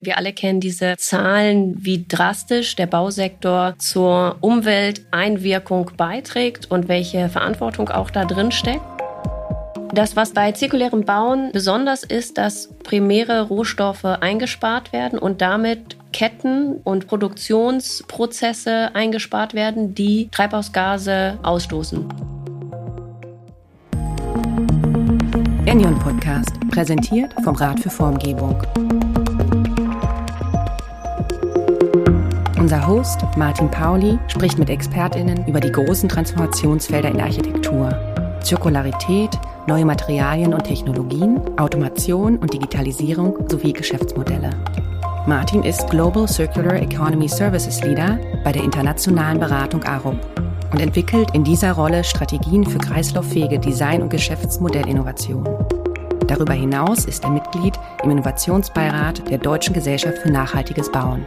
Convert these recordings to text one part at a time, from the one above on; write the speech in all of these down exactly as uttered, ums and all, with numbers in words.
Wir alle kennen diese Zahlen, wie drastisch der Bausektor zur Umwelteinwirkung beiträgt und welche Verantwortung auch da drin steckt. Das, was bei zirkulärem Bauen besonders ist, dass primäre Rohstoffe eingespart werden und damit Ketten und Produktionsprozesse eingespart werden, die Treibhausgase ausstoßen. Endion Podcast, präsentiert vom Rat für Formgebung. Unser Host Martin Pauli spricht mit ExpertInnen über die großen Transformationsfelder in der Architektur. Zirkularität, neue Materialien und Technologien, Automation und Digitalisierung sowie Geschäftsmodelle. Martin ist Global Circular Economy Services Leader bei der internationalen Beratung Arup und entwickelt in dieser Rolle Strategien für kreislauffähige Design- und Geschäftsmodellinnovation. Darüber hinaus ist er Mitglied im Innovationsbeirat der Deutschen Gesellschaft für nachhaltiges Bauen.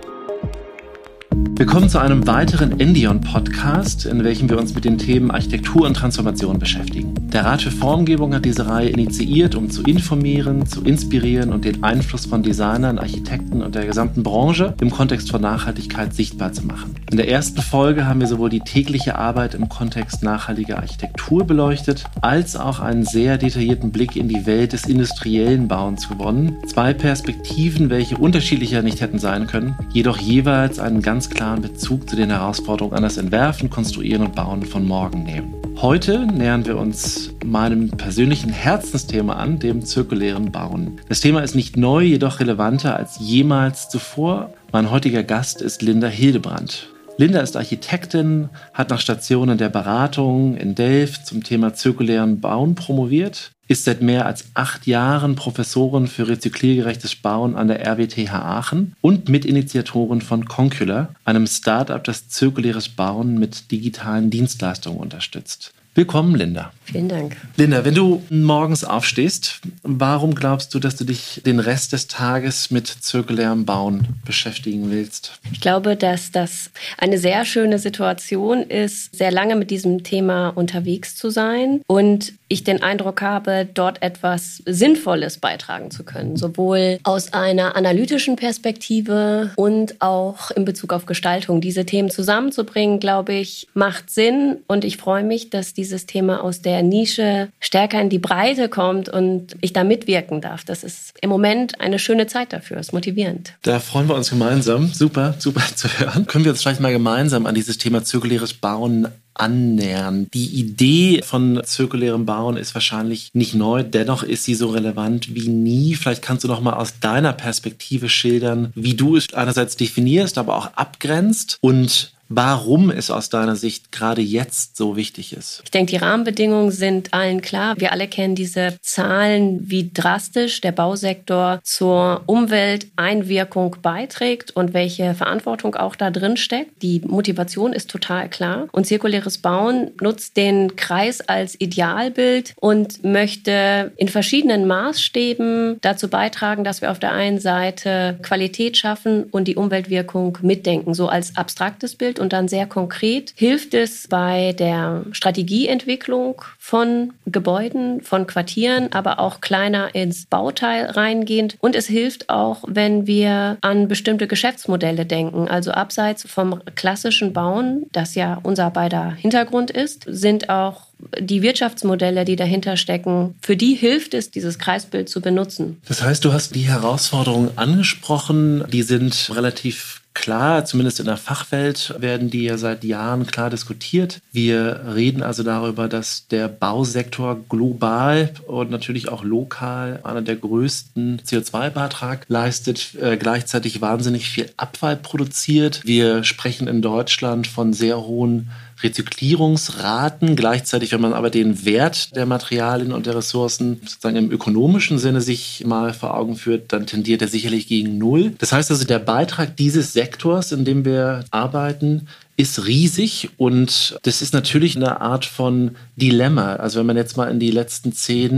Willkommen zu einem weiteren Endion-Podcast, in welchem wir uns mit den Themen Architektur und Transformation beschäftigen. Der Rat für Formgebung hat diese Reihe initiiert, um zu informieren, zu inspirieren und den Einfluss von Designern, Architekten und der gesamten Branche im Kontext von Nachhaltigkeit sichtbar zu machen. In der ersten Folge haben wir sowohl die tägliche Arbeit im Kontext nachhaltiger Architektur beleuchtet, als auch einen sehr detaillierten Blick in die Welt des industriellen Bauens gewonnen. Zwei Perspektiven, welche unterschiedlicher nicht hätten sein können, jedoch jeweils einen ganz klaren Bezug zu den Herausforderungen an das Entwerfen, Konstruieren und Bauen von morgen nehmen. Heute nähern wir uns meinem persönlichen Herzensthema an, dem zirkulären Bauen. Das Thema ist nicht neu, jedoch relevanter als jemals zuvor. Mein heutiger Gast ist Linda Hildebrandt. Linda ist Architektin, hat nach Stationen der Beratung in Delft zum Thema zirkulären Bauen promoviert, ist seit mehr als acht Jahren Professorin für rezykliergerechtes Bauen an der R W T H Aachen und Mitinitiatorin von Concula, einem Start-up, das zirkuläres Bauen mit digitalen Dienstleistungen unterstützt. Willkommen, Linda. Vielen Dank. Linda, wenn du morgens aufstehst, warum glaubst du, dass du dich den Rest des Tages mit zirkulärem Bauen beschäftigen willst? Ich glaube, dass das eine sehr schöne Situation ist, sehr lange mit diesem Thema unterwegs zu sein und ich den Eindruck habe, dort etwas Sinnvolles beitragen zu können, sowohl aus einer analytischen Perspektive und auch in Bezug auf Gestaltung. Diese Themen zusammenzubringen, glaube ich, macht Sinn und ich freue mich, dass dieses Thema aus der Nische stärker in die Breite kommt und ich da mitwirken darf. Das ist im Moment eine schöne Zeit dafür, ist motivierend. Da freuen wir uns gemeinsam. Super, super zu hören. Können wir uns vielleicht mal gemeinsam an dieses Thema zirkuläres Bauen annähern. Die Idee von zirkulärem Bauen ist wahrscheinlich nicht neu, dennoch ist sie so relevant wie nie. Vielleicht kannst du noch mal aus deiner Perspektive schildern, wie du es einerseits definierst, aber auch abgrenzt und warum es aus deiner Sicht gerade jetzt so wichtig ist. Ich denke, die Rahmenbedingungen sind allen klar. Wir alle kennen diese Zahlen, wie drastisch der Bausektor zur Umwelteinwirkung beiträgt und welche Verantwortung auch da drin steckt. Die Motivation ist total klar. Und zirkuläres Bauen nutzt den Kreis als Idealbild und möchte in verschiedenen Maßstäben dazu beitragen, dass wir auf der einen Seite Qualität schaffen und die Umweltwirkung mitdenken, so als abstraktes Bild. Und dann sehr konkret hilft es bei der Strategieentwicklung von Gebäuden, von Quartieren, aber auch kleiner ins Bauteil reingehend. Und es hilft auch, wenn wir an bestimmte Geschäftsmodelle denken. Also abseits vom klassischen Bauen, das ja unser beider Hintergrund ist, sind auch die Wirtschaftsmodelle, die dahinter stecken, für die hilft es, dieses Kreisbild zu benutzen. Das heißt, du hast die Herausforderungen angesprochen, die sind relativ klar, zumindest in der Fachwelt werden die ja seit Jahren klar diskutiert. Wir reden also darüber, dass der Bausektor global und natürlich auch lokal einer der größten C O zwei Beitrag leistet, äh, gleichzeitig wahnsinnig viel Abfall produziert. Wir sprechen in Deutschland von sehr hohen Rezyklierungsraten. Gleichzeitig, wenn man aber den Wert der Materialien und der Ressourcen sozusagen im ökonomischen Sinne sich mal vor Augen führt, dann tendiert er sicherlich gegen Null. Das heißt also, der Beitrag dieses Sektors, in dem wir arbeiten, ist riesig und das ist natürlich eine Art von Dilemma. Also wenn man jetzt mal in die letzten zehn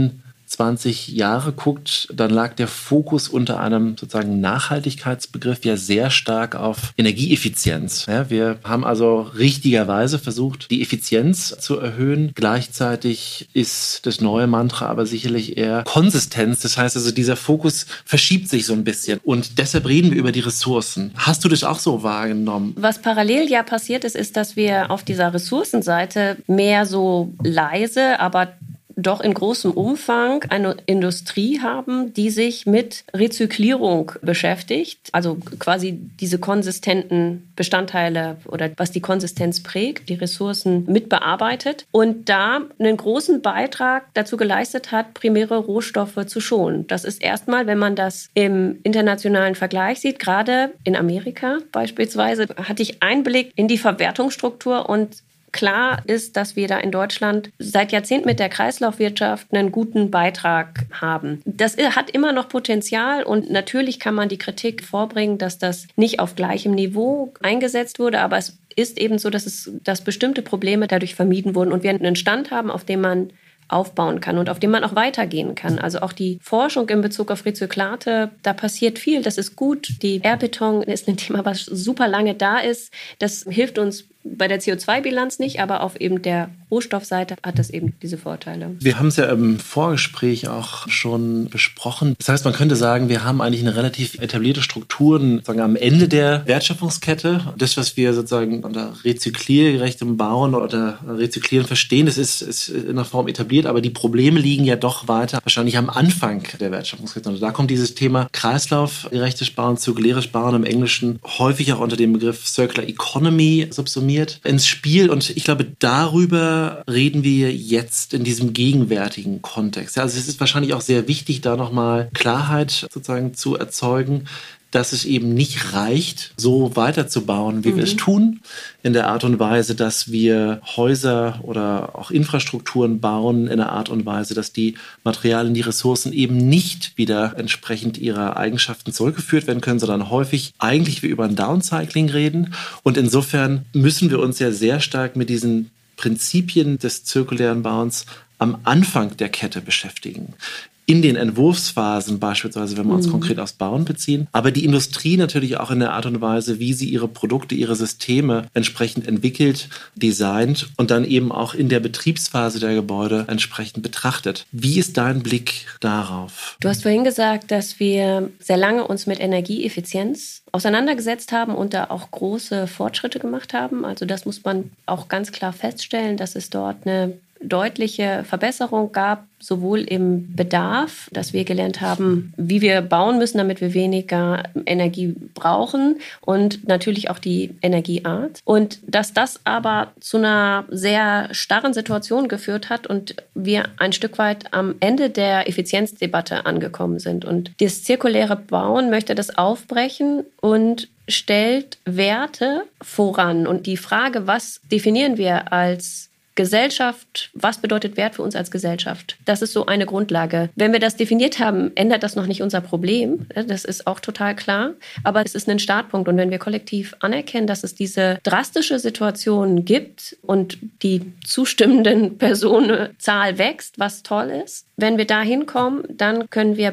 zwanzig Jahre guckt, dann lag der Fokus unter einem sozusagen Nachhaltigkeitsbegriff ja sehr stark auf Energieeffizienz. Ja, wir haben also richtigerweise versucht, die Effizienz zu erhöhen. Gleichzeitig ist das neue Mantra aber sicherlich eher Konsistenz. Das heißt also, dieser Fokus verschiebt sich so ein bisschen. Und deshalb reden wir über die Ressourcen. Hast du das auch so wahrgenommen? Was parallel ja passiert ist, ist, dass wir auf dieser Ressourcenseite mehr so leise, aber doch in großem Umfang eine Industrie haben, die sich mit Rezyklierung beschäftigt, also quasi diese konsistenten Bestandteile oder was die Konsistenz prägt, die Ressourcen mitbearbeitet und da einen großen Beitrag dazu geleistet hat, primäre Rohstoffe zu schonen. Das ist erstmal, wenn man das im internationalen Vergleich sieht, gerade in Amerika beispielsweise, hatte ich Einblick in die Verwertungsstruktur und klar ist, dass wir da in Deutschland seit Jahrzehnten mit der Kreislaufwirtschaft einen guten Beitrag haben. Das hat immer noch Potenzial und natürlich kann man die Kritik vorbringen, dass das nicht auf gleichem Niveau eingesetzt wurde, aber es ist eben so, dass, es, dass bestimmte Probleme dadurch vermieden wurden und wir einen Stand haben, auf dem man aufbauen kann und auf dem man auch weitergehen kann. Also auch die Forschung in Bezug auf Rezyklate, da passiert viel, das ist gut. Die Erdbeton ist ein Thema, was super lange da ist. Das hilft uns bei der C O zwei Bilanz nicht, aber auf eben der Rohstoffseite hat das eben diese Vorteile. Wir haben es ja im Vorgespräch auch schon besprochen. Das heißt, man könnte sagen, wir haben eigentlich eine relativ etablierte Struktur sozusagen am Ende der Wertschöpfungskette. Das, was wir sozusagen unter rezykliergerechtem Bauen oder Rezyklieren verstehen, das ist, ist in einer Form etabliert, aber die Probleme liegen ja doch weiter wahrscheinlich am Anfang der Wertschöpfungskette. Und da kommt dieses Thema kreislaufgerechtes Bauen, zirkuläres Bauen im Englischen häufig auch unter dem Begriff Circular Economy subsumiert ins Spiel und ich glaube, darüber reden wir jetzt in diesem gegenwärtigen Kontext. Ja, also es ist wahrscheinlich auch sehr wichtig, da nochmal Klarheit sozusagen zu erzeugen, dass es eben nicht reicht, so weiterzubauen, wie mhm. wir es tun, in der Art und Weise, dass wir Häuser oder auch Infrastrukturen bauen, in der Art und Weise, dass die Materialien, die Ressourcen eben nicht wieder entsprechend ihrer Eigenschaften zurückgeführt werden können, sondern häufig eigentlich wir über ein Downcycling reden. Und insofern müssen wir uns ja sehr stark mit diesen Prinzipien des zirkulären Bauens am Anfang der Kette beschäftigen. In den Entwurfsphasen beispielsweise, wenn wir uns mhm. konkret aufs Bauen beziehen, aber die Industrie natürlich auch in der Art und Weise, wie sie ihre Produkte, ihre Systeme entsprechend entwickelt, designt und dann eben auch in der Betriebsphase der Gebäude entsprechend betrachtet. Wie ist dein Blick darauf? Du hast vorhin gesagt, dass wir sehr lange uns mit Energieeffizienz auseinandergesetzt haben und da auch große Fortschritte gemacht haben. Also das muss man auch ganz klar feststellen, dass es dort eine deutliche Verbesserung gab, sowohl im Bedarf, dass wir gelernt haben, wie wir bauen müssen, damit wir weniger Energie brauchen und natürlich auch die Energieart. Und dass das aber zu einer sehr starren Situation geführt hat und wir ein Stück weit am Ende der Effizienzdebatte angekommen sind. Und das zirkuläre Bauen möchte das aufbrechen und stellt Werte voran. Und die Frage, was definieren wir als Gesellschaft, was bedeutet Wert für uns als Gesellschaft? Das ist so eine Grundlage. Wenn wir das definiert haben, ändert das noch nicht unser Problem. Das ist auch total klar. Aber es ist ein Startpunkt. Und wenn wir kollektiv anerkennen, dass es diese drastische Situation gibt und die zustimmenden Personenzahl wächst, was toll ist, wenn wir da hinkommen, dann können wir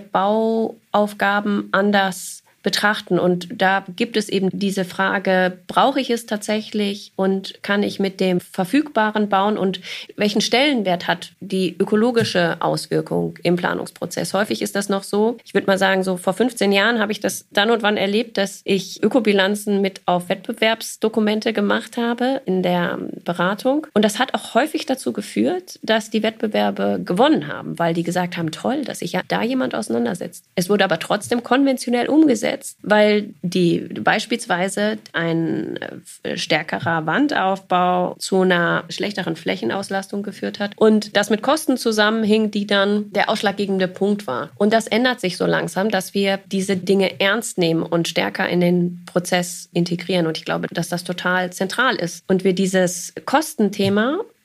Bauaufgaben anders betrachten. Und da gibt es eben diese Frage, brauche ich es tatsächlich und kann ich mit dem Verfügbaren bauen und welchen Stellenwert hat die ökologische Auswirkung im Planungsprozess? Häufig ist das noch so, ich würde mal sagen, so vor fünfzehn Jahren habe ich das dann und wann erlebt, dass ich Ökobilanzen mit auf Wettbewerbsdokumente gemacht habe in der Beratung. Und das hat auch häufig dazu geführt, dass die Wettbewerbe gewonnen haben, weil die gesagt haben, toll, dass sich ja da jemand auseinandersetzt. Es wurde aber trotzdem konventionell umgesetzt, weil die beispielsweise ein stärkerer Wandaufbau zu einer schlechteren Flächenauslastung geführt hat und das mit Kosten zusammenhing, die dann der ausschlaggebende Punkt war. Und das ändert sich so langsam, dass wir diese Dinge ernst nehmen und stärker in den Prozess integrieren. Und ich glaube, dass das total zentral ist. Und wir dieses Kostenthema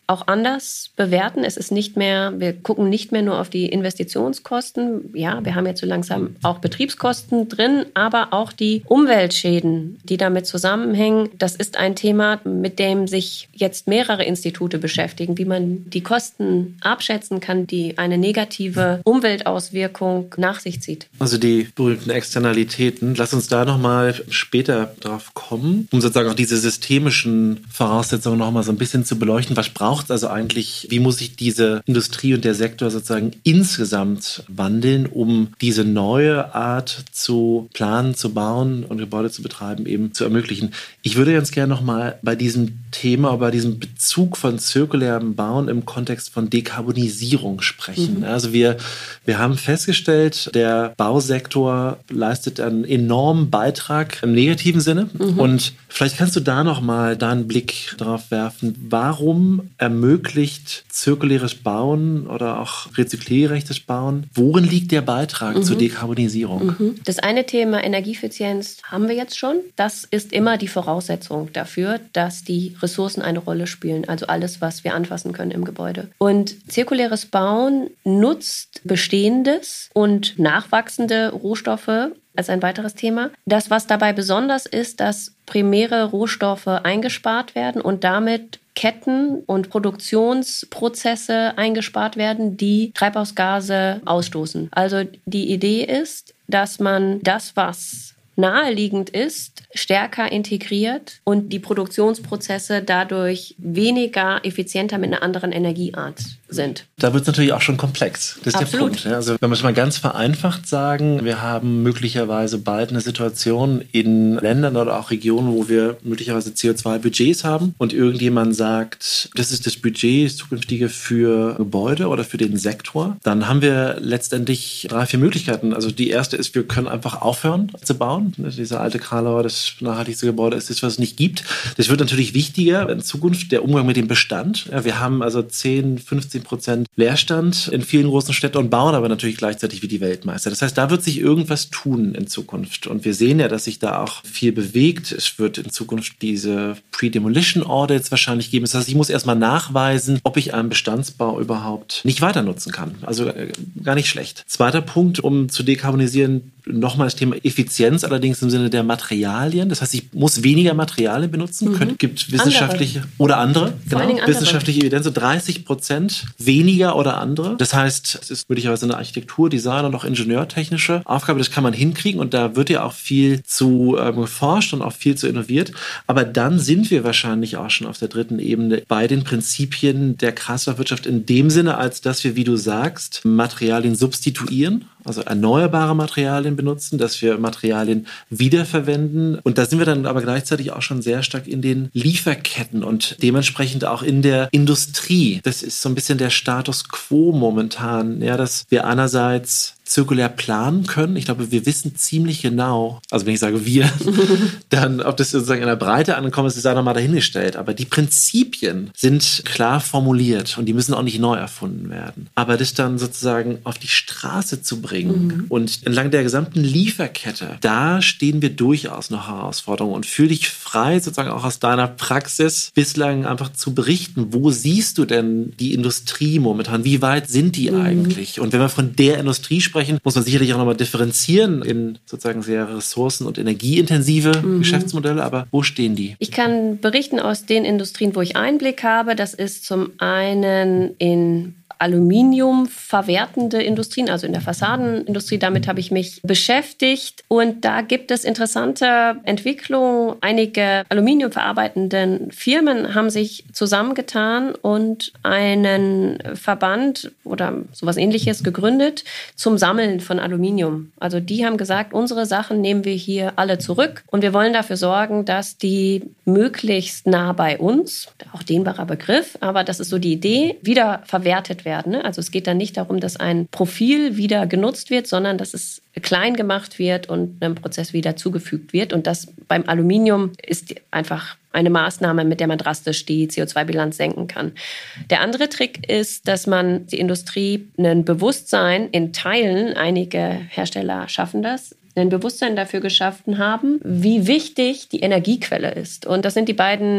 auch anders bewerten. Es ist nicht mehr, wir gucken nicht mehr nur auf die Investitionskosten. Ja, wir haben jetzt so langsam auch Betriebskosten drin, aber auch die Umweltschäden, die damit zusammenhängen. Das ist ein Thema, mit dem sich jetzt mehrere Institute beschäftigen, wie man die Kosten abschätzen kann, die eine negative Umweltauswirkung nach sich zieht. Also die berühmten Externalitäten. Lass uns da nochmal später drauf kommen, um sozusagen auch diese systemischen Voraussetzungen nochmal so ein bisschen zu beleuchten. Was braucht es also eigentlich? Wie muss sich diese Industrie und der Sektor sozusagen insgesamt wandeln, um diese neue Art zu planen, zu bauen und Gebäude zu betreiben, eben zu ermöglichen? Ich würde ganz gerne nochmal bei diesem Thema, bei diesem Bezug von zirkulärem Bauen im Kontext von Dekarbonisierung sprechen. Mhm. Also wir, wir haben festgestellt, der Bausektor leistet einen enormen Beitrag im negativen Sinne. Mhm. Und vielleicht kannst du da nochmal deinen Blick drauf werfen. Warum ermöglicht zirkuläres Bauen oder auch rezykliergerechtes Bauen? Worin liegt der Beitrag mhm. zur Dekarbonisierung? Mhm. Das eine Thema Energieeffizienz haben wir jetzt schon. Das ist immer die Voraussetzung dafür, dass die Ressourcen eine Rolle spielen. Also alles, was wir anfassen können im Gebäude. Und zirkuläres Bauen nutzt Bestehendes und nachwachsende Rohstoffe als ein weiteres Thema. Das, was dabei besonders ist, dass primäre Rohstoffe eingespart werden und damit Ketten und Produktionsprozesse eingespart werden, die Treibhausgase ausstoßen. Also die Idee ist, dass man das, was naheliegend ist, stärker integriert und die Produktionsprozesse dadurch weniger effizienter mit einer anderen Energieart sind. Da wird es natürlich auch schon komplex. Das ist Absolut. Der Punkt. Also wenn wir es mal ganz vereinfacht sagen, wir haben möglicherweise bald eine Situation in Ländern oder auch Regionen, wo wir möglicherweise C O zwei Budgets haben und irgendjemand sagt, das ist das Budget, das zukünftige für Gebäude oder für den Sektor, dann haben wir letztendlich drei, vier Möglichkeiten. Also die erste ist, wir können einfach aufhören zu bauen. Dieser alte Karlauer, das nachhaltigste Gebäude ist das, was es nicht gibt. Das wird natürlich wichtiger in Zukunft, der Umgang mit dem Bestand. Ja, wir haben also zehn, fünfzehn Prozent Leerstand in vielen großen Städten und bauen aber natürlich gleichzeitig wie die Weltmeister. Das heißt, da wird sich irgendwas tun in Zukunft. Und wir sehen ja, dass sich da auch viel bewegt. Es wird in Zukunft diese Pre-Demolition Audits wahrscheinlich geben. Das heißt, ich muss erstmal nachweisen, ob ich einen Bestandsbau überhaupt nicht weiter nutzen kann. Also äh, gar nicht schlecht. Zweiter Punkt, um zu dekarbonisieren, nochmal das Thema Effizienz, allerdings im Sinne der Materialien. Das heißt, ich muss weniger Materialien benutzen. Mhm. Es gibt wissenschaftliche andere. oder andere, genau, andere. wissenschaftliche Evidenz, so dreißig Prozent weniger oder andere. Das heißt, es ist möglicherweise eine Architektur-, Design- und auch ingenieurtechnische Aufgabe. Das kann man hinkriegen und da wird ja auch viel zu äh, geforscht und auch viel zu innoviert. Aber dann sind wir wahrscheinlich auch schon auf der dritten Ebene bei den Prinzipien der Kreislaufwirtschaft in dem Sinne, als dass wir, wie du sagst, Materialien substituieren, also erneuerbare Materialien benutzen, dass wir Materialien wiederverwenden. Und da sind wir dann aber gleichzeitig auch schon sehr stark in den Lieferketten und dementsprechend auch in der Industrie. Das ist so ein bisschen der Status quo momentan, ja, dass wir einerseits zirkulär planen können. Ich glaube, wir wissen ziemlich genau, also wenn ich sage wir, dann, ob das sozusagen in der Breite ankommt, ist da nochmal dahingestellt. Aber die Prinzipien sind klar formuliert und die müssen auch nicht neu erfunden werden. Aber das dann sozusagen auf die Straße zu bringen mhm. und entlang der gesamten Lieferkette, da stehen wir durchaus noch Herausforderungen und fühle dich frei, sozusagen auch aus deiner Praxis bislang einfach zu berichten. Wo siehst du denn die Industrie momentan? Wie weit sind die mhm. eigentlich? Und wenn wir von der Industrie sprechen, muss man sicherlich auch nochmal differenzieren in sozusagen sehr ressourcen- und energieintensive mhm. Geschäftsmodelle. Aber wo stehen die? Ich kann berichten aus den Industrien, wo ich Einblick habe. Das ist zum einen in Aluminium verwertende Industrien, also in der Fassadenindustrie. Damit habe ich mich beschäftigt. Und da gibt es interessante Entwicklungen. Einige Aluminium verarbeitenden Firmen haben sich zusammengetan und einen Verband oder sowas Ähnliches gegründet zum Sammeln von Aluminium. Also die haben gesagt, unsere Sachen nehmen wir hier alle zurück und wir wollen dafür sorgen, dass die möglichst nah bei uns, auch dehnbarer Begriff, aber das ist so die Idee, wieder verwertet werden. Also es geht dann nicht darum, dass ein Profil wieder genutzt wird, sondern dass es klein gemacht wird und einem Prozess wieder zugefügt wird. Und das beim Aluminium ist einfach eine Maßnahme, mit der man drastisch die C O zwei Bilanz senken kann. Der andere Trick ist, dass man die Industrie ein Bewusstsein in Teilen, einige Hersteller schaffen das, ein Bewusstsein dafür geschaffen haben, wie wichtig die Energiequelle ist. Und das sind die beiden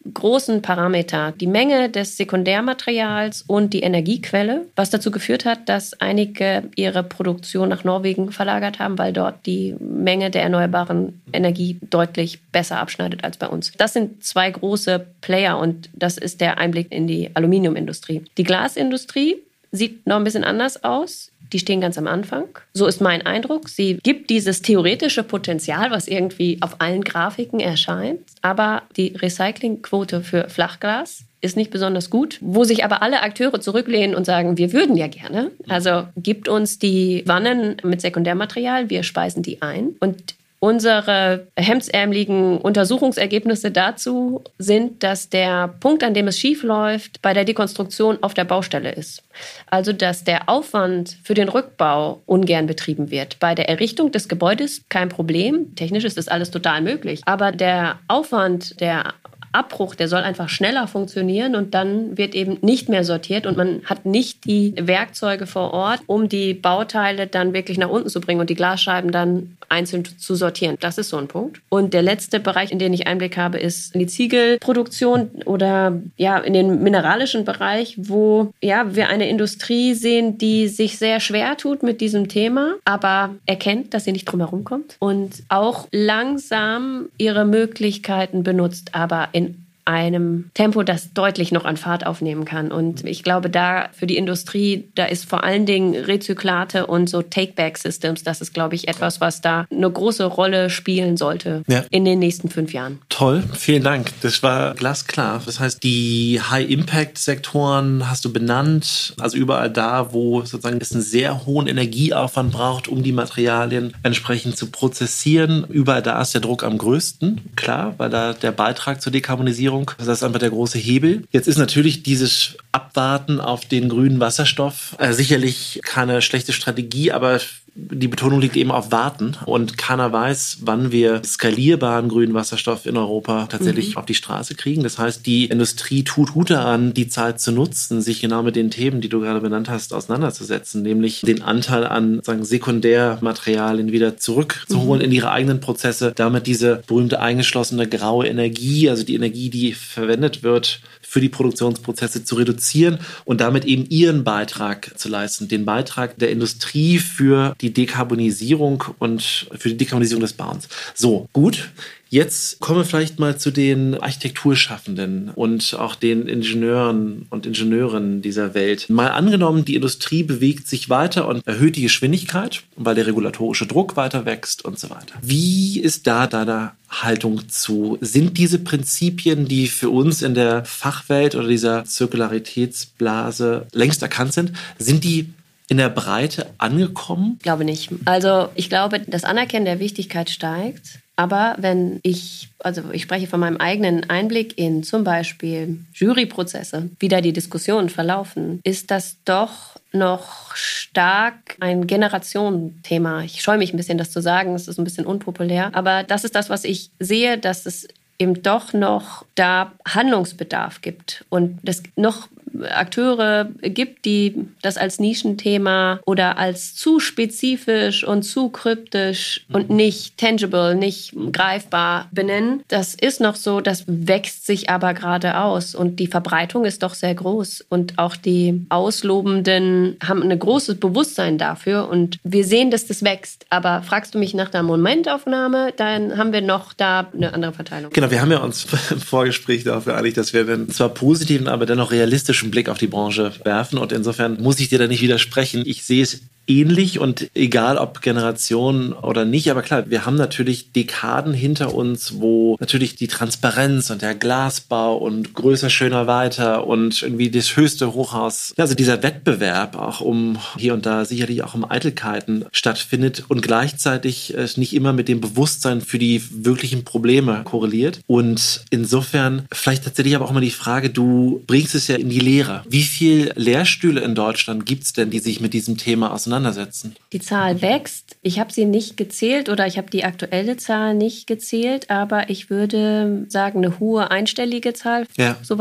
großen Parameter, die Menge des Sekundärmaterials und die Energiequelle, was dazu geführt hat, dass einige ihre Produktion nach Norwegen verlagert haben, weil dort die Menge der erneuerbaren Energie deutlich besser abschneidet als bei uns. Das sind zwei große Player und das ist der Einblick in die Aluminiumindustrie. Die Glasindustrie sieht noch ein bisschen anders aus. Die stehen ganz am Anfang. So ist mein Eindruck. Sie gibt dieses theoretische Potenzial, was irgendwie auf allen Grafiken erscheint. Aber die Recyclingquote für Flachglas ist nicht besonders gut, wo sich aber alle Akteure zurücklehnen und sagen, wir würden ja gerne. Also gibt uns die Wannen mit Sekundärmaterial, wir speisen die ein. Und unsere hemdsärmeligen Untersuchungsergebnisse dazu sind, dass der Punkt, an dem es schief läuft, bei der Dekonstruktion auf der Baustelle ist. Also, dass der Aufwand für den Rückbau ungern betrieben wird. Bei der Errichtung des Gebäudes kein Problem. Technisch ist das alles total möglich. Aber der Aufwand, der Abbruch, der soll einfach schneller funktionieren und dann wird eben nicht mehr sortiert und man hat nicht die Werkzeuge vor Ort, um die Bauteile dann wirklich nach unten zu bringen und die Glasscheiben dann einzeln zu sortieren. Das ist so ein Punkt. Und der letzte Bereich, in den ich Einblick habe, ist die Ziegelproduktion oder ja in den mineralischen Bereich, wo ja wir eine Industrie sehen, die sich sehr schwer tut mit diesem Thema, aber erkennt, dass sie nicht drum herum kommt und auch langsam ihre Möglichkeiten benutzt, aber in einem Tempo, das deutlich noch an Fahrt aufnehmen kann. Und ich glaube, da für die Industrie, da ist vor allen Dingen Rezyklate und so Take-Back-Systems, das ist, glaube ich, etwas, was da eine große Rolle spielen sollte ja. in den nächsten fünf Jahren. Toll, vielen Dank. Das war glasklar. Das heißt, die High-Impact-Sektoren hast du benannt, also überall da, wo sozusagen es einen sehr hohen Energieaufwand braucht, um die Materialien entsprechend zu prozessieren. Überall da ist der Druck am größten, klar, weil da der Beitrag zur Dekarbonisierung, das ist einfach der große Hebel. Jetzt ist natürlich dieses Abwarten auf den grünen Wasserstoff äh, sicherlich keine schlechte Strategie, aber die Betonung liegt eben auf Warten und keiner weiß, wann wir skalierbaren grünen Wasserstoff in Europa tatsächlich mhm. auf die Straße kriegen. Das heißt, die Industrie tut gut daran, die Zeit zu nutzen, sich genau mit den Themen, die du gerade benannt hast, auseinanderzusetzen, nämlich den Anteil an sagen, Sekundärmaterialien wieder zurückzuholen mhm. in ihre eigenen Prozesse, damit diese berühmte eingeschlossene graue Energie, also die Energie, die verwendet wird, für die Produktionsprozesse zu reduzieren und damit eben ihren Beitrag zu leisten, den Beitrag der Industrie für die Dekarbonisierung und für die Dekarbonisierung des Bauens. So, gut. Jetzt kommen wir vielleicht mal zu den Architekturschaffenden und auch den Ingenieuren und Ingenieurinnen dieser Welt. Mal angenommen, die Industrie bewegt sich weiter und erhöht die Geschwindigkeit, weil der regulatorische Druck weiter wächst und so weiter. Wie ist da deine Haltung zu? Sind diese Prinzipien, die für uns in der Fachwelt oder dieser Zirkularitätsblase längst erkannt sind, sind die in der Breite angekommen? Ich glaube nicht. Also ich glaube, das Anerkennen der Wichtigkeit steigt. Aber wenn ich, also ich spreche von meinem eigenen Einblick in zum Beispiel Juryprozesse, wie da die Diskussionen verlaufen, ist das doch noch stark ein Generationenthema. Ich scheue mich ein bisschen, das zu sagen, es ist ein bisschen unpopulär. Aber das ist das, was ich sehe, dass es eben doch noch da Handlungsbedarf gibt und es noch Akteure gibt, die das als Nischenthema oder als zu spezifisch und zu kryptisch und nicht tangible, nicht greifbar benennen. Das ist noch so, das wächst sich aber gerade aus und die Verbreitung ist doch sehr groß und auch die Auslobenden haben ein großes Bewusstsein dafür und wir sehen, dass das wächst. Aber fragst du mich nach der Momentaufnahme, dann haben wir noch da eine andere Verteilung. Genau, wir haben ja uns im Vorgespräch darauf geeinigt, dass wir einen zwar positiven, aber dennoch realistischen Blick auf die Branche werfen und insofern muss ich dir da nicht widersprechen. Ich sehe es ähnlich und egal ob Generation oder nicht, aber klar, wir haben natürlich Dekaden hinter uns, wo natürlich die Transparenz und der Glasbau und größer, schöner, weiter und irgendwie das höchste Hochhaus, also dieser Wettbewerb auch um hier und da sicherlich auch um Eitelkeiten stattfindet und gleichzeitig äh, nicht immer mit dem Bewusstsein für die wirklichen Probleme korreliert und insofern vielleicht tatsächlich aber auch mal die Frage, du bringst es ja in die Lehre. Wie viele Lehrstühle in Deutschland gibt es denn, die sich mit diesem Thema auseinandersetzen? Die Zahl wächst. Ich habe sie nicht gezählt oder ich habe die aktuelle Zahl nicht gezählt, aber ich würde sagen, eine hohe einstellige Zahl. Ja. Sowas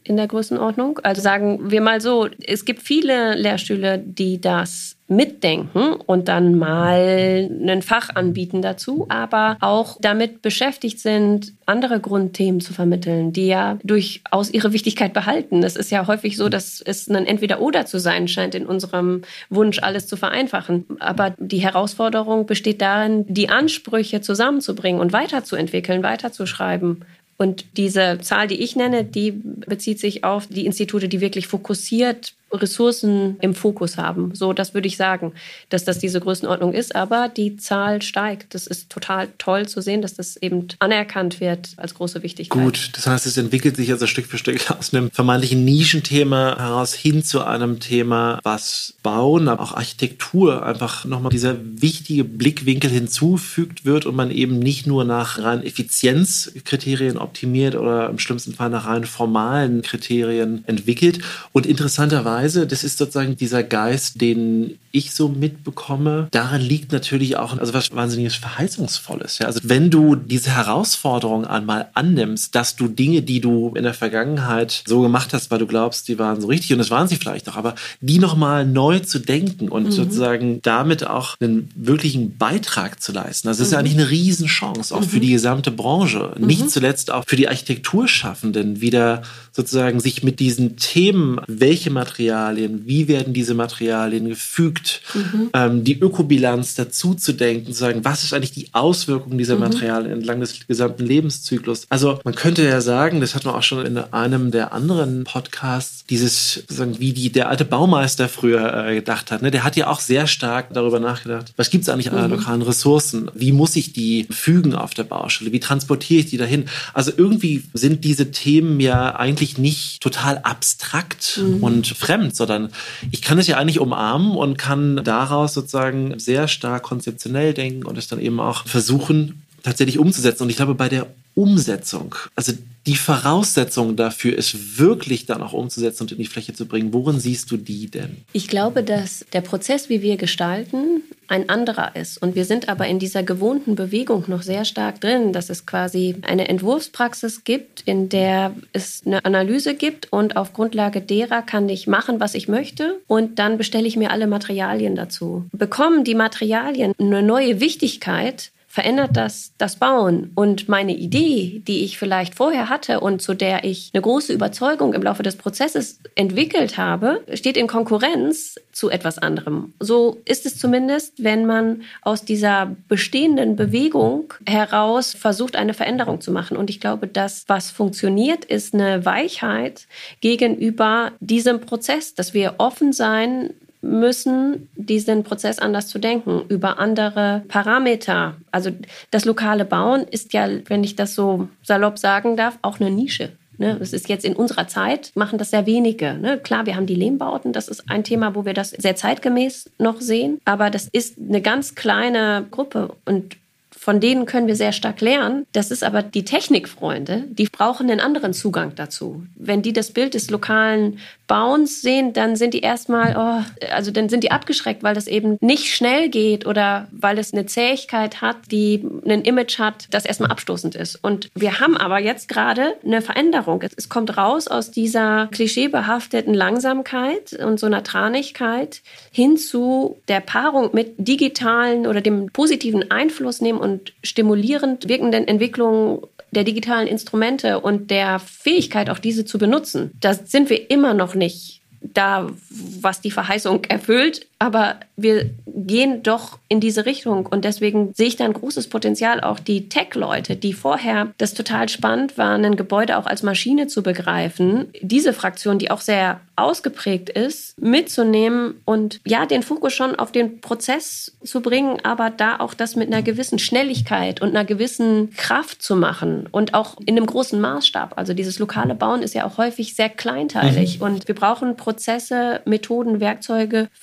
in der Größenordnung. Also sagen wir mal so, es gibt viele Lehrstühle, die das mitdenken und dann mal ein Fach anbieten dazu, aber auch damit beschäftigt sind, andere Grundthemen zu vermitteln, die ja durchaus ihre Wichtigkeit behalten. Es ist ja häufig so, dass es ein Entweder-Oder zu sein scheint in unserem Wunsch, alles zu vereinfachen. Aber die Herausforderung besteht darin, die Ansprüche zusammenzubringen und weiterzuentwickeln, weiterzuschreiben. Und diese Zahl, die ich nenne, die bezieht sich auf die Institute, die wirklich fokussiert Ressourcen im Fokus haben. So, das würde ich sagen, dass das diese Größenordnung ist. Aber die Zahl steigt. Das ist total toll zu sehen, dass das eben anerkannt wird als große Wichtigkeit. Gut, das heißt, es entwickelt sich also Stück für Stück aus einem vermeintlichen Nischenthema heraus hin zu einem Thema, was Bauen, aber auch Architektur einfach nochmal dieser wichtige Blickwinkel hinzufügt wird und man eben nicht nur nach rein Effizienzkriterien optimiert oder im schlimmsten Fall nach rein formalen Kriterien entwickelt. Und interessanterweise, das ist sozusagen dieser Geist, den ich so mitbekomme. Darin liegt natürlich auch also was wahnsinniges Verheißungsvolles. Ja? Also wenn du diese Herausforderung einmal annimmst, dass du Dinge, die du in der Vergangenheit so gemacht hast, weil du glaubst, die waren so richtig und das waren sie vielleicht auch, aber die nochmal neu zu denken und mhm. sozusagen damit auch einen wirklichen Beitrag zu leisten. Also das mhm. ist ja eigentlich eine Riesenchance, auch mhm. für die gesamte Branche. Mhm. Nicht zuletzt auch für die Architekturschaffenden, wieder sozusagen sich mit diesen Themen, welche Materialien, wie werden diese Materialien gefügt, mhm. ähm, die Ökobilanz dazu zu denken, zu sagen, was ist eigentlich die Auswirkung dieser mhm. Materialien entlang des gesamten Lebenszyklus. Also man könnte ja sagen, das hat man auch schon in einem der anderen Podcasts, dieses, sozusagen, wie die, der alte Baumeister früher äh, gedacht hat, ne? Der hat ja auch sehr stark darüber nachgedacht, was gibt es eigentlich an mhm. lokalen Ressourcen? Wie muss ich die fügen auf der Baustelle? Wie transportiere ich die dahin? Also irgendwie sind diese Themen ja eigentlich nicht total abstrakt mhm. und fremd, sondern ich kann es ja eigentlich umarmen und kann daraus sozusagen sehr stark konzeptionell denken und es dann eben auch versuchen, tatsächlich umzusetzen. Und ich glaube, bei der Umsetzung, also die Voraussetzung dafür ist wirklich dann auch umzusetzen und in die Fläche zu bringen. Worin siehst du die denn? Ich glaube, dass der Prozess, wie wir gestalten, ein anderer ist. Und wir sind aber in dieser gewohnten Bewegung noch sehr stark drin, dass es quasi eine Entwurfspraxis gibt, in der es eine Analyse gibt und auf Grundlage derer kann ich machen, was ich möchte und dann bestelle ich mir alle Materialien dazu. Bekommen die Materialien eine neue Wichtigkeit, verändert das das Bauen. Und meine Idee, die ich vielleicht vorher hatte und zu der ich eine große Überzeugung im Laufe des Prozesses entwickelt habe, steht in Konkurrenz zu etwas anderem. So ist es zumindest, wenn man aus dieser bestehenden Bewegung heraus versucht, eine Veränderung zu machen. Und ich glaube, das, was funktioniert, ist eine Weichheit gegenüber diesem Prozess, dass wir offen sein müssen, diesen Prozess anders zu denken, über andere Parameter. Also das lokale Bauen ist ja, wenn ich das so salopp sagen darf, auch eine Nische. Ne? Das ist jetzt in unserer Zeit, machen das sehr wenige. Ne? Klar, wir haben die Lehmbauten, das ist ein Thema, wo wir das sehr zeitgemäß noch sehen, aber das ist eine ganz kleine Gruppe und von denen können wir sehr stark lernen. Das ist aber die Technikfreunde, die brauchen einen anderen Zugang dazu. Wenn die das Bild des lokalen Bauens sehen, dann sind die erstmal, oh, also dann sind die abgeschreckt, weil das eben nicht schnell geht oder weil es eine Zähigkeit hat, die ein Image hat, das erstmal abstoßend ist. Und wir haben aber jetzt gerade eine Veränderung. Es kommt raus aus dieser klischeebehafteten Langsamkeit und so einer Tranigkeit hin zu der Paarung mit digitalen oder dem positiven Einfluss nehmen und stimulierend wirkenden Entwicklungen der digitalen Instrumente und der Fähigkeit, auch diese zu benutzen. Da sind wir immer noch nicht da, was die Verheißung erfüllt, aber wir gehen doch in diese Richtung und deswegen sehe ich da ein großes Potenzial, auch die Tech-Leute, die vorher das total spannend war, ein Gebäude auch als Maschine zu begreifen, diese Fraktion, die auch sehr ausgeprägt ist, mitzunehmen und ja, den Fokus schon auf den Prozess zu bringen, aber da auch das mit einer gewissen Schnelligkeit und einer gewissen Kraft zu machen und auch in einem großen Maßstab. Also dieses lokale Bauen ist ja auch häufig sehr kleinteilig mhm. und wir brauchen Prozesse, Methoden, Werkzeuge für etwas, was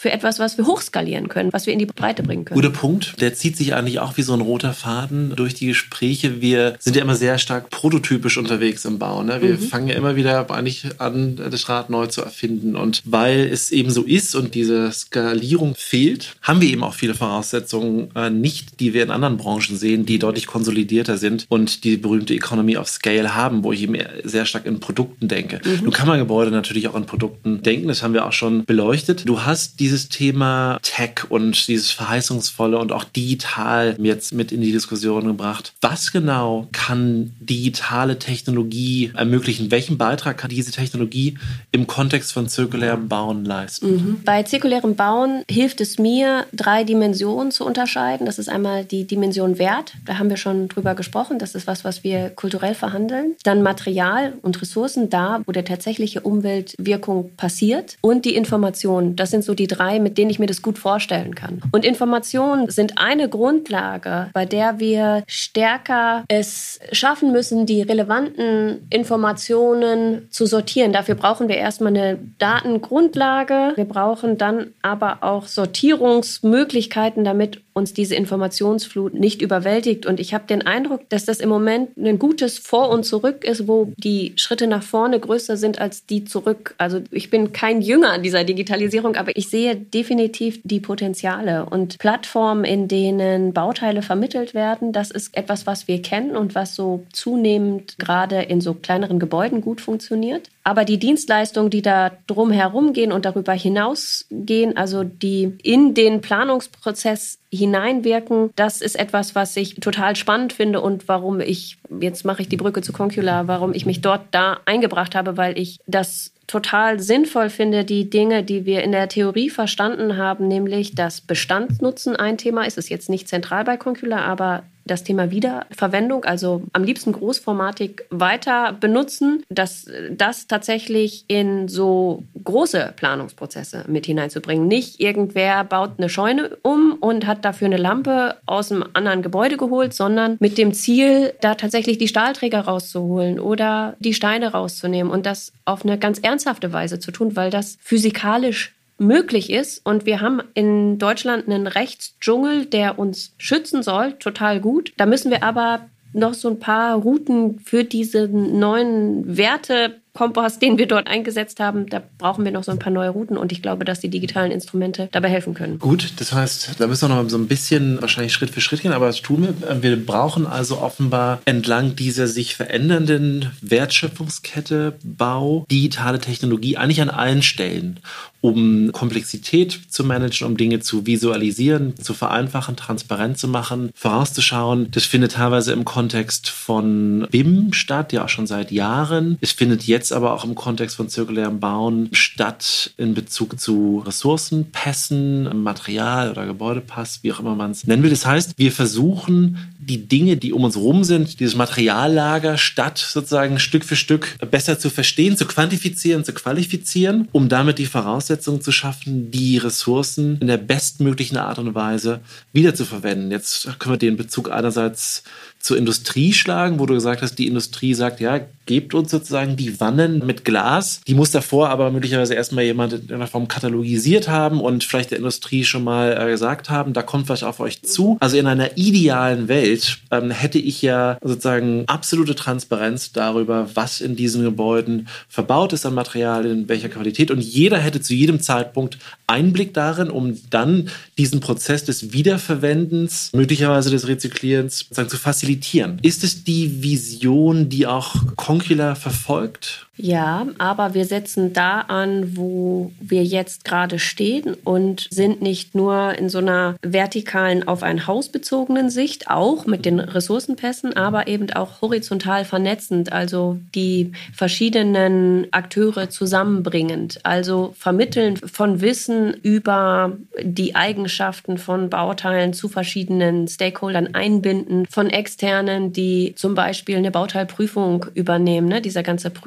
was wir hochskalieren können, was wir in die Breite bringen können. Guter Punkt. Der zieht sich eigentlich auch wie so ein roter Faden durch die Gespräche. Wir sind ja immer sehr stark prototypisch unterwegs im Bau. Ne? Wir mhm. fangen ja immer wieder eigentlich an, das Rad neu zu erfinden. Und weil es eben so ist und diese Skalierung fehlt, haben wir eben auch viele Voraussetzungen äh, nicht, die wir in anderen Branchen sehen, die deutlich konsolidierter sind und die berühmte Economy of Scale haben, wo ich eben sehr stark in Produkten denke. Mhm. Nun kann man Gebäude natürlich auch in Produkten denken, das haben wir auch schon beleuchtet. Du hast dieses Thema Tech und dieses Verheißungsvolle und auch digital jetzt mit in die Diskussion gebracht. Was genau kann digitale Technologie ermöglichen? Welchen Beitrag kann diese Technologie im Kontext von zirkulärem Bauen leisten? Mhm. Bei zirkulärem Bauen hilft es mir, drei Dimensionen zu unterscheiden. Das ist einmal die Dimension Wert. Da haben wir schon drüber gesprochen. Das ist was, was wir kulturell verhandeln. Dann Material und Ressourcen, da, wo der tatsächliche Umweltwirkung passiert. Und die Information. Das sind so die drei, mit denen ich mir das gut vorstellen kann. Und Informationen sind eine Grundlage, bei der wir stärker es schaffen müssen, die relevanten Informationen zu sortieren. Dafür brauchen wir erstmal eine Datengrundlage. Wir brauchen dann aber auch Sortierungsmöglichkeiten, damit uns diese Informationsflut nicht überwältigt. Und ich habe den Eindruck, dass das im Moment ein gutes Vor und Zurück ist, wo die Schritte nach vorne größer sind als die zurück. Also ich bin kein Jünger dieser Digitalisierung, aber ich sehe definitiv die Potenziale. Und Plattformen, in denen Bauteile vermittelt werden, das ist etwas, was wir kennen und was so zunehmend gerade in so kleineren Gebäuden gut funktioniert. Aber die Dienstleistungen, die da drumherum gehen und darüber hinausgehen, also die in den Planungsprozess hineinwirken, das ist etwas, was ich total spannend finde und warum ich, jetzt mache ich die Brücke zu Concula, warum ich mich dort da eingebracht habe, weil ich das total sinnvoll finde, die Dinge, die wir in der Theorie verstanden haben, nämlich dass Bestandsnutzen ein Thema ist, ist jetzt nicht zentral bei Concula, aber das Thema Wiederverwendung, also am liebsten großformatig weiter benutzen, dass das tatsächlich in so große Planungsprozesse mit hineinzubringen. Nicht irgendwer baut eine Scheune um und hat dafür eine Lampe aus einem anderen Gebäude geholt, sondern mit dem Ziel, da tatsächlich die Stahlträger rauszuholen oder die Steine rauszunehmen und das auf eine ganz ernsthafte Weise zu tun, weil das physikalisch möglich ist. Und wir haben in Deutschland einen Rechtsdschungel, der uns schützen soll, total gut. Da müssen wir aber noch so ein paar Routen für diese neuen Werte Kompass, den wir dort eingesetzt haben, da brauchen wir noch so ein paar neue Routen und ich glaube, dass die digitalen Instrumente dabei helfen können. Gut, das heißt, da müssen wir noch so ein bisschen wahrscheinlich Schritt für Schritt gehen, aber das tun wir. Wir brauchen also offenbar entlang dieser sich verändernden Wertschöpfungskette Bau digitale Technologie eigentlich an allen Stellen, um Komplexität zu managen, um Dinge zu visualisieren, zu vereinfachen, transparent zu machen, vorauszuschauen. Das findet teilweise im Kontext von B I M statt, ja auch schon seit Jahren. Es findet jetzt aber auch im Kontext von zirkulärem Bauen statt in Bezug zu Ressourcenpässen, Material- oder Gebäudepass, wie auch immer man es nennen will. Das heißt, wir versuchen, die Dinge, die um uns rum sind, dieses Materiallager statt sozusagen Stück für Stück besser zu verstehen, zu quantifizieren, zu qualifizieren, um damit die Voraussetzungen zu schaffen, die Ressourcen in der bestmöglichen Art und Weise wiederzuverwenden. Jetzt können wir den Bezug einerseits zur Industrie schlagen, wo du gesagt hast, die Industrie sagt, ja, gebt uns sozusagen die Wannen mit Glas. Die muss davor aber möglicherweise erstmal jemand in einer Form katalogisiert haben und vielleicht der Industrie schon mal äh, gesagt haben, da kommt was auf euch zu. Also in einer idealen Welt ähm, hätte ich ja sozusagen absolute Transparenz darüber, was in diesen Gebäuden verbaut ist an Material, in welcher Qualität. Und jeder hätte zu jedem Zeitpunkt Einblick darin, um dann diesen Prozess des Wiederverwendens, möglicherweise des Rezyklierens, sozusagen zu facilitieren. Ist es die Vision, die auch Concula verfolgt? Ja, aber wir setzen da an, wo wir jetzt gerade stehen und sind nicht nur in so einer vertikalen, auf ein Haus bezogenen Sicht, auch mit den Ressourcenpässen, aber eben auch horizontal vernetzend, also die verschiedenen Akteure zusammenbringend, also vermitteln von Wissen über die Eigenschaften von Bauteilen zu verschiedenen Stakeholdern einbinden, von Externen, die zum Beispiel eine Bauteilprüfung übernehmen, ne? Dieser ganze Prüf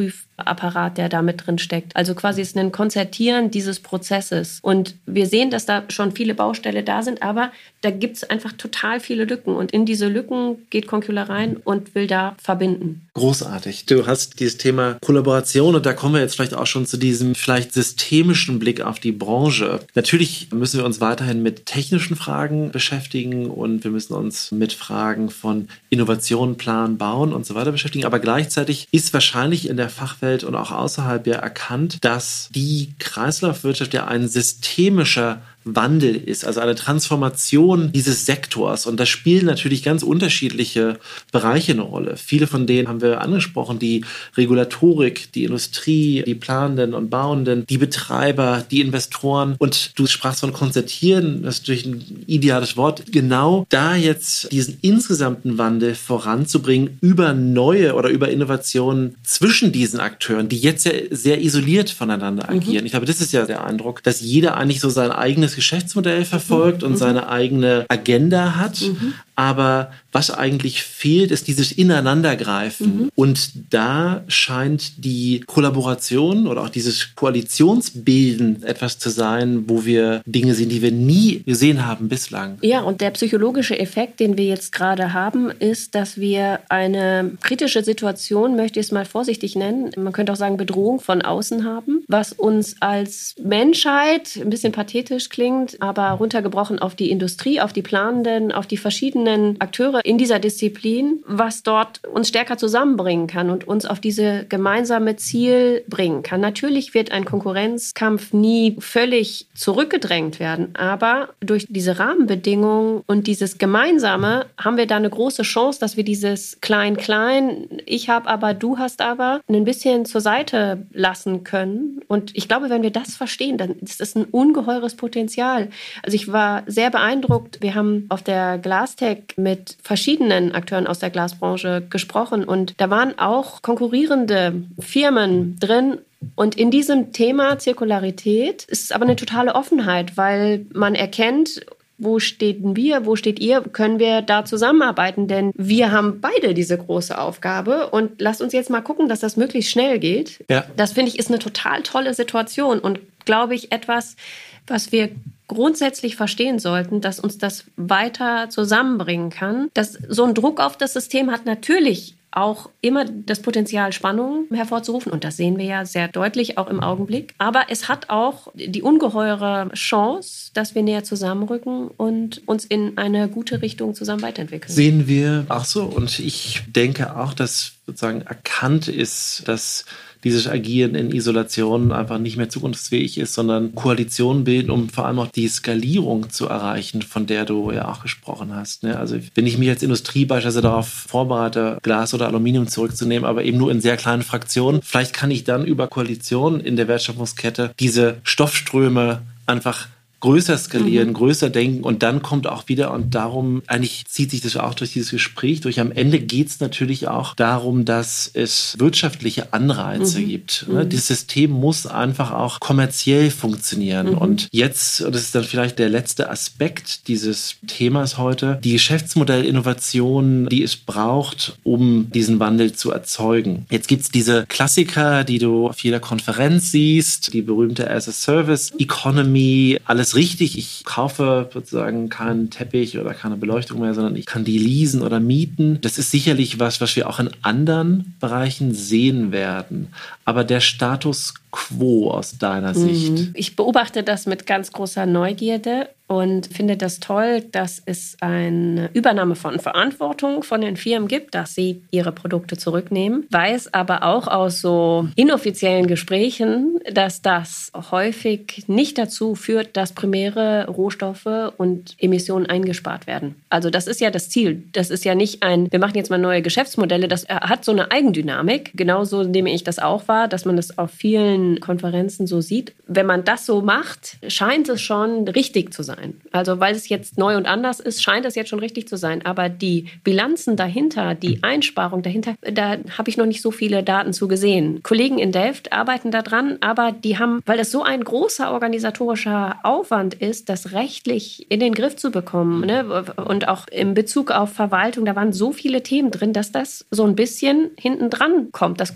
Apparat, der da mit drin steckt. Also quasi ist ein Konzertieren dieses Prozesses. Und wir sehen, dass da schon viele Baustelle da sind, aber da gibt es einfach total viele Lücken. Und in diese Lücken geht Concula rein und will da verbinden. Großartig. Du hast dieses Thema Kollaboration und da kommen wir jetzt vielleicht auch schon zu diesem vielleicht systemischen Blick auf die Branche. Natürlich müssen wir uns weiterhin mit technischen Fragen beschäftigen und wir müssen uns mit Fragen von Innovation, Plan, Bauen und so weiter beschäftigen. Aber gleichzeitig ist wahrscheinlich in der Fachwelt und auch außerhalb ja erkannt, dass die Kreislaufwirtschaft ja ein systemischer Wandel ist, also eine Transformation dieses Sektors. Und da spielen natürlich ganz unterschiedliche Bereiche eine Rolle. Viele von denen haben wir angesprochen, die Regulatorik, die Industrie, die Planenden und Bauenden, die Betreiber, die Investoren. Und du sprachst von Konzertieren, das ist natürlich ein ideales Wort. Genau da jetzt diesen insgesamten Wandel voranzubringen über neue oder über Innovationen zwischen diesen Akteuren, die jetzt ja sehr isoliert voneinander agieren. Mhm. Ich glaube, das ist ja der Eindruck, dass jeder eigentlich so sein eigenes Geschäftsmodell verfolgt mhm. und seine eigene Agenda hat. Mhm. Aber was eigentlich fehlt, ist dieses Ineinandergreifen. Mhm. Und da scheint die Kollaboration oder auch dieses Koalitionsbilden etwas zu sein, wo wir Dinge sehen, die wir nie gesehen haben bislang. Ja, und der psychologische Effekt, den wir jetzt gerade haben, ist, dass wir eine kritische Situation, möchte ich es mal vorsichtig nennen, man könnte auch sagen Bedrohung von außen haben, was uns als Menschheit, ein bisschen pathetisch klingt, aber runtergebrochen auf die Industrie, auf die Planenden, auf die verschiedenen Akteure in dieser Disziplin, was dort uns stärker zusammenbringen kann und uns auf diese gemeinsame Ziel bringen kann. Natürlich wird ein Konkurrenzkampf nie völlig zurückgedrängt werden, aber durch diese Rahmenbedingungen und dieses Gemeinsame haben wir da eine große Chance, dass wir dieses Klein-Klein, ich habe aber, du hast aber, ein bisschen zur Seite lassen können. Und ich glaube, wenn wir das verstehen, dann ist das ein ungeheures Potenzial. Also ich war sehr beeindruckt. Wir haben auf der Glastech mit verschiedenen Akteuren aus der Glasbranche gesprochen und da waren auch konkurrierende Firmen drin. Und in diesem Thema Zirkularität ist es aber eine totale Offenheit, weil man erkennt, wo stehen wir, wo steht ihr, können wir da zusammenarbeiten? Denn wir haben beide diese große Aufgabe und lasst uns jetzt mal gucken, dass das möglichst schnell geht. Ja. Das, finde ich, ist eine total tolle Situation und, glaube ich, etwas, was wir grundsätzlich verstehen sollten, dass uns das weiter zusammenbringen kann. Dass so ein Druck auf das System hat natürlich auch immer das Potenzial, Spannungen hervorzurufen. Und das sehen wir ja sehr deutlich auch im Augenblick. Aber es hat auch die ungeheure Chance, dass wir näher zusammenrücken und uns in eine gute Richtung zusammen weiterentwickeln. Sehen wir auch so. Und ich denke auch, dass sozusagen erkannt ist, dass dieses Agieren in Isolation einfach nicht mehr zukunftsfähig ist, sondern Koalitionen bilden, um vor allem auch die Skalierung zu erreichen, von der du ja auch gesprochen hast. Also wenn ich mich als Industrie beispielsweise darauf vorbereite, Glas oder Aluminium zurückzunehmen, aber eben nur in sehr kleinen Fraktionen, vielleicht kann ich dann über Koalitionen in der Wertschöpfungskette diese Stoffströme einfach größer skalieren, mhm. größer denken und dann kommt auch wieder, und darum, eigentlich zieht sich das auch durch dieses Gespräch durch. Am Ende geht es natürlich auch darum, dass es wirtschaftliche Anreize mhm. gibt. Mhm. Das System muss einfach auch kommerziell funktionieren. Mhm. Und jetzt, und das ist dann vielleicht der letzte Aspekt dieses Themas heute, die Geschäftsmodellinnovation, die es braucht, um diesen Wandel zu erzeugen. Jetzt gibt es diese Klassiker, die du auf jeder Konferenz siehst, die berühmte As-a-Service-Economy, alles richtig. Ich kaufe sozusagen keinen Teppich oder keine Beleuchtung mehr, sondern ich kann die leasen oder mieten. Das ist sicherlich was, was wir auch in anderen Bereichen sehen werden. Aber der Status quo aus deiner Sicht? Ich beobachte das mit ganz großer Neugierde und finde das toll, dass es eine Übernahme von Verantwortung von den Firmen gibt, dass sie ihre Produkte zurücknehmen. Weiß aber auch aus so inoffiziellen Gesprächen, dass das häufig nicht dazu führt, dass primäre Rohstoffe und Emissionen eingespart werden. Also das ist ja das Ziel. Das ist ja nicht ein, wir machen jetzt mal neue Geschäftsmodelle. Das hat so eine Eigendynamik. Genauso nehme ich das auch wahr, dass man das auf vielen Konferenzen so sieht. Wenn man das so macht, scheint es schon richtig zu sein. Also weil es jetzt neu und anders ist, scheint es jetzt schon richtig zu sein. Aber die Bilanzen dahinter, die Einsparung dahinter, da habe ich noch nicht so viele Daten zu gesehen. Kollegen in Delft arbeiten da dran, aber die haben, weil das so ein großer organisatorischer Aufwand ist, das rechtlich in den Griff zu bekommen, ne? Und auch in Bezug auf Verwaltung, da waren so viele Themen drin, dass das so ein bisschen hinten dran kommt. Das kommt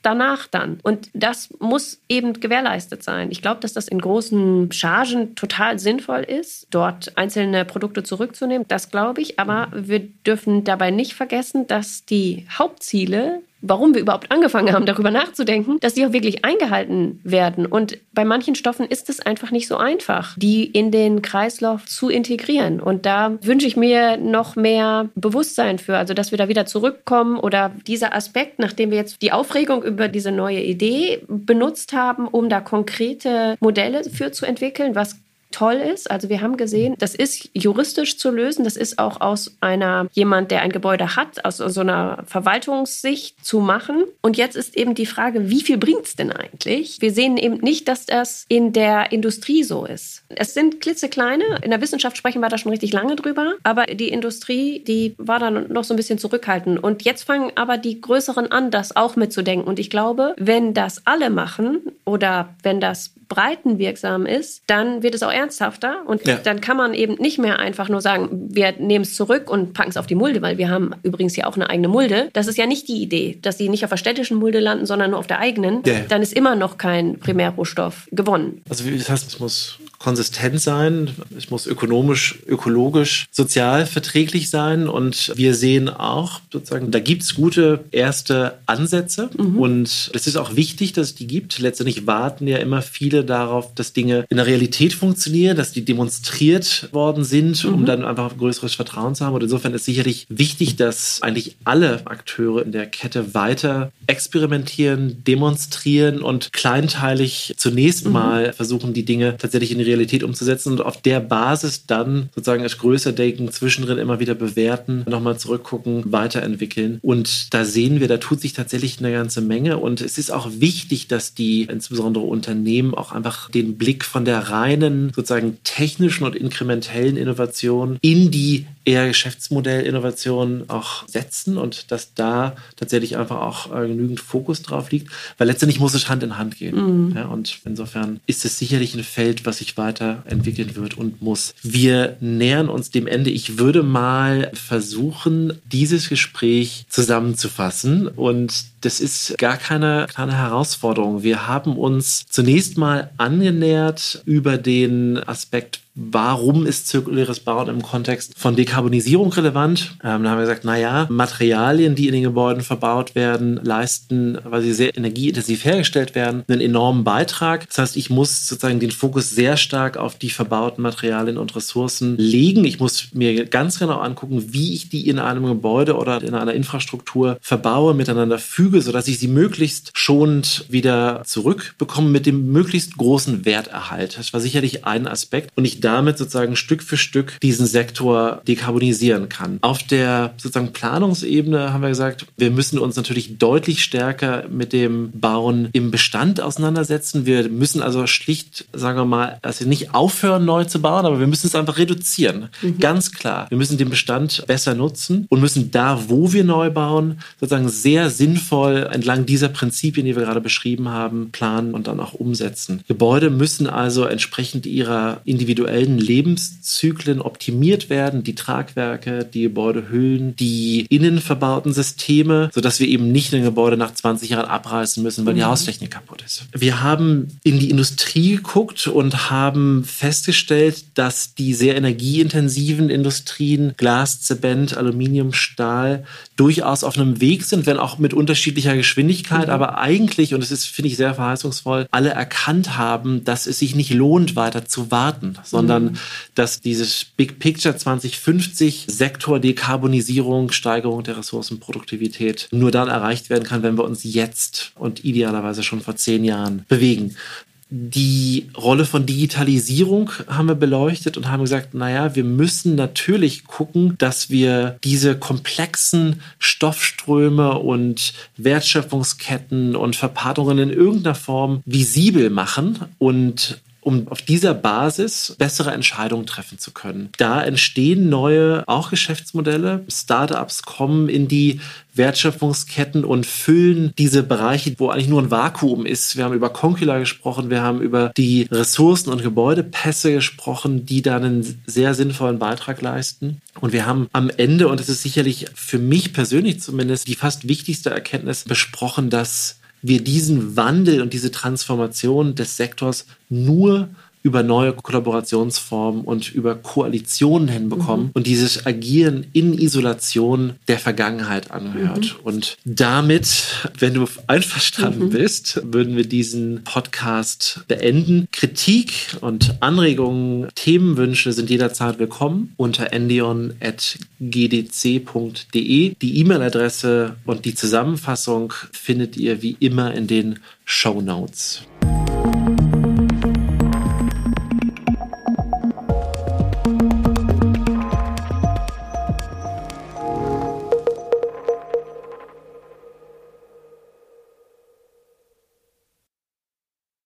danach dann? Und das muss eben gewährleistet sein. Ich glaube, dass das in großen Chargen total sinnvoll ist, dort einzelne Produkte zurückzunehmen. Das glaube ich. Aber wir dürfen dabei nicht vergessen, dass die Hauptziele, warum wir überhaupt angefangen haben, darüber nachzudenken, dass die auch wirklich eingehalten werden. Und bei manchen Stoffen ist es einfach nicht so einfach, die in den Kreislauf zu integrieren. Und da wünsche ich mir noch mehr Bewusstsein für, also dass wir da wieder zurückkommen oder dieser Aspekt, nachdem wir jetzt die Aufregung über diese neue Idee benutzt haben, um da konkrete Modelle für zu entwickeln, was toll ist. Also wir haben gesehen, das ist juristisch zu lösen. Das ist auch aus einer, jemand, der ein Gebäude hat, aus so einer Verwaltungssicht zu machen. Und jetzt ist eben die Frage, wie viel bringt es denn eigentlich? Wir sehen eben nicht, dass das in der Industrie so ist. Es sind klitzekleine. In der Wissenschaft sprechen wir da schon richtig lange drüber. Aber die Industrie, die war dann noch so ein bisschen zurückhaltend. Und jetzt fangen aber die Größeren an, das auch mitzudenken. Und ich glaube, wenn das alle machen oder wenn das breitenwirksam ist, dann wird es auch ernsthafter und ja. Dann kann man eben nicht mehr einfach nur sagen, wir nehmen es zurück und packen es auf die Mulde, weil wir haben übrigens hier auch eine eigene Mulde. Das ist ja nicht die Idee, dass die nicht auf der städtischen Mulde landen, sondern nur auf der eigenen. Ja. Dann ist immer noch kein Primärrohstoff gewonnen. Also das heißt, es muss konsistent sein, es muss ökonomisch, ökologisch, sozial verträglich sein und wir sehen auch, sozusagen, da gibt es gute erste Ansätze mhm. und es ist auch wichtig, dass es die gibt. Letztendlich warten ja immer viele darauf, dass Dinge in der Realität funktionieren, dass die demonstriert worden sind, mhm. um dann einfach ein größeres Vertrauen zu haben. Und insofern ist sicherlich wichtig, dass eigentlich alle Akteure in der Kette weiter experimentieren, demonstrieren und kleinteilig zunächst mhm. mal versuchen, die Dinge tatsächlich in die Realität umzusetzen und auf der Basis dann sozusagen als größer denken, zwischendrin immer wieder bewerten, nochmal zurückgucken, weiterentwickeln. Und da sehen wir, da tut sich tatsächlich eine ganze Menge. Und es ist auch wichtig, dass die insbesondere Unternehmen auch einfach den Blick von der reinen sozusagen technischen und inkrementellen Innovation in die eher Geschäftsmodellinnovation auch setzen und dass da tatsächlich einfach auch äh, genügend Fokus drauf liegt, weil letztendlich muss es Hand in Hand gehen. Mhm. Ja, und insofern ist es sicherlich ein Feld, was sich weiterentwickeln wird und muss. Wir nähern uns dem Ende. Ich würde mal versuchen, dieses Gespräch zusammenzufassen und das ist gar keine kleine Herausforderung. Wir haben uns zunächst mal angenähert über den Aspekt, warum ist zirkuläres Bauen im Kontext von Dekarbonisierung relevant? Ähm, da haben wir gesagt, naja, Materialien, die in den Gebäuden verbaut werden, leisten, weil sie sehr energieintensiv hergestellt werden, einen enormen Beitrag. Das heißt, ich muss sozusagen den Fokus sehr stark auf die verbauten Materialien und Ressourcen legen. Ich muss mir ganz genau angucken, wie ich die in einem Gebäude oder in einer Infrastruktur verbaue, miteinander füge, sodass ich sie möglichst schonend wieder zurückbekomme mit dem möglichst großen Werterhalt. Das war sicherlich ein Aspekt. Und ich damit sozusagen Stück für Stück diesen Sektor dekarbonisieren kann. Auf der sozusagen Planungsebene haben wir gesagt, wir müssen uns natürlich deutlich stärker mit dem Bauen im Bestand auseinandersetzen. Wir müssen also schlicht, sagen wir mal, also nicht aufhören, neu zu bauen, aber wir müssen es einfach reduzieren. Mhm. Ganz klar. Wir müssen den Bestand besser nutzen und müssen da, wo wir neu bauen, sozusagen sehr sinnvoll entlang dieser Prinzipien, die wir gerade beschrieben haben, planen und dann auch umsetzen. Gebäude müssen also entsprechend ihrer individuellen Lebenszyklen optimiert werden, die Tragwerke, die Gebäudehüllen, die innen verbauten Systeme, sodass wir eben nicht ein Gebäude nach zwanzig Jahren abreißen müssen, weil mhm. die Haustechnik kaputt ist. Wir haben in die Industrie geguckt und haben festgestellt, dass die sehr energieintensiven Industrien, Glas, Zement, Aluminium, Stahl, durchaus auf einem Weg sind, wenn auch mit unterschiedlicher Geschwindigkeit, mhm. aber eigentlich, und das ist, finde ich, sehr verheißungsvoll, alle erkannt haben, dass es sich nicht lohnt, weiter zu warten, sondern sondern dass dieses Big Picture zwanzig fünfzig, Sektor Dekarbonisierung, Steigerung der Ressourcenproduktivität nur dann erreicht werden kann, wenn wir uns jetzt und idealerweise schon vor zehn Jahren bewegen. Die Rolle von Digitalisierung haben wir beleuchtet und haben gesagt, naja, wir müssen natürlich gucken, dass wir diese komplexen Stoffströme und Wertschöpfungsketten und Verpackungen in irgendeiner Form visibel machen und um auf dieser Basis bessere Entscheidungen treffen zu können. Da entstehen neue, auch Geschäftsmodelle. Startups kommen in die Wertschöpfungsketten und füllen diese Bereiche, wo eigentlich nur ein Vakuum ist. Wir haben über Concula gesprochen, wir haben über die Ressourcen- und Gebäudepässe gesprochen, die da einen sehr sinnvollen Beitrag leisten. Und wir haben am Ende, und das ist sicherlich für mich persönlich zumindest die fast wichtigste Erkenntnis, besprochen, dass wir diesen Wandel und diese Transformation des Sektors nur über neue Kollaborationsformen und über Koalitionen hinbekommen mhm. und dieses Agieren in Isolation der Vergangenheit anhört. Mhm. Und damit, wenn du einverstanden mhm. bist, würden wir diesen Podcast beenden. Kritik und Anregungen, Themenwünsche sind jederzeit willkommen unter endion at g d c punkt d e. Die E-Mail-Adresse und die Zusammenfassung findet ihr wie immer in den Shownotes.